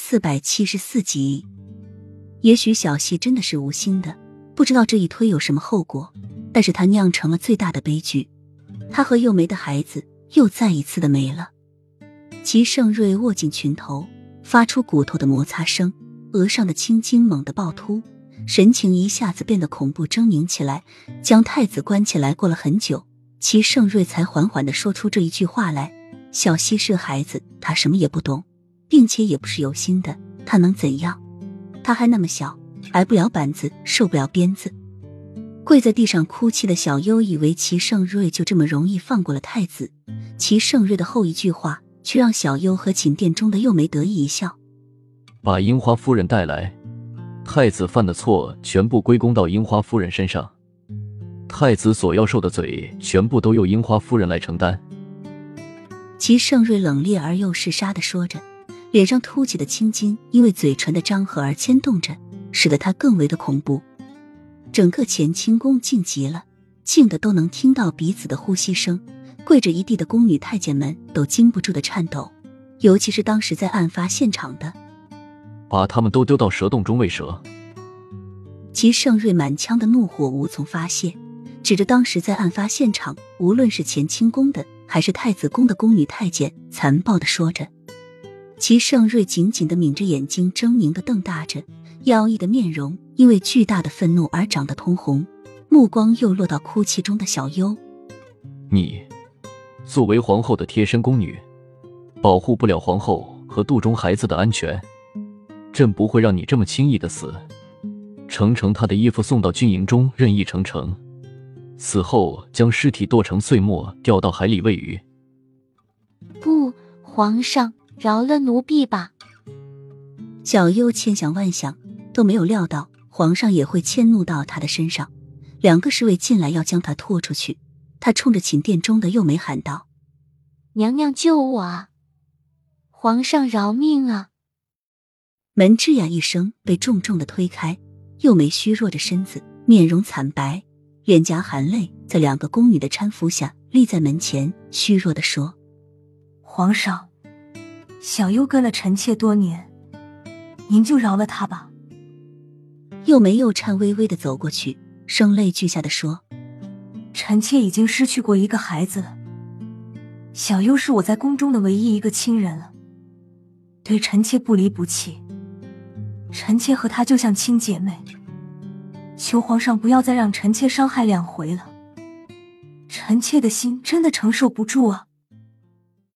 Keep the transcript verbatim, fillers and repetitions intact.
四百七十四集。也许小溪真的是无心的，不知道这一推有什么后果，但是他酿成了最大的悲剧。他和幼梅的孩子又再一次的没了。齐盛瑞握紧拳头，发出骨头的摩擦声，额上的青筋猛地暴突，神情一下子变得恐怖狰狞起来。将太子关起来过了很久，齐盛瑞才缓缓地说出这一句话来：小溪是孩子，他什么也不懂，并且也不是有心的，他能怎样？他还那么小，挨不了板子，受不了鞭子。跪在地上哭泣的小优以为齐盛瑞就这么容易放过了太子，齐盛瑞的后一句话却让小优和寝殿中的幼梅得意一笑： 把樱花夫人带来，太子犯的错全部归功到樱花夫人身上，太子所要受的罪全部都由樱花夫人来承担。 齐盛瑞冷冽而又嗜杀地说着，脸上凸起的青筋因为嘴唇的张合而牵动着，使得他更为的恐怖。整个乾清宫静极了，静的都能听到彼此的呼吸声，跪着一地的宫女太监们都禁不住的颤抖，尤其是当时在案发现场的。 把他们都丢到蛇洞中喂蛇。 齐盛瑞满腔的怒火无从发泄，指着当时在案发现场无论是乾清宫的还是太子宫的宫女太监残暴地说着。齐盛瑞紧紧地抿着眼睛，狰狞地瞪大着，妖异的面容因为巨大的愤怒而长得通红，目光又落到哭泣中的小优。 你作为皇后的贴身宫女，保护不了皇后和肚中孩子的安全，朕不会让你这么轻易的死。程程他的衣服送到军营中任意盛盛，死后将尸体剁成碎末掉到海里喂鱼。 不，皇上饶了奴婢吧。 小优千想万想都没有料到皇上也会迁怒到他的身上，两个侍卫进来要将他拖出去，他冲着寝殿中的幼梅喊道： 娘娘救我啊，皇上饶命啊。 门吱呀一声被重重的推开，幼梅虚弱着身子，面容惨白，脸颊含泪，在两个宫女的搀扶下立在门前，虚弱地说： 皇上，小优跟了臣妾多年，您就饶了他吧。 幼梅又颤巍巍地走过去，声泪俱下地说： 臣妾已经失去过一个孩子了，小优是我在宫中的唯一一个亲人了，对臣妾不离不弃，臣妾和她就像亲姐妹，求皇上不要再让臣妾伤害两回了，臣妾的心真的承受不住啊。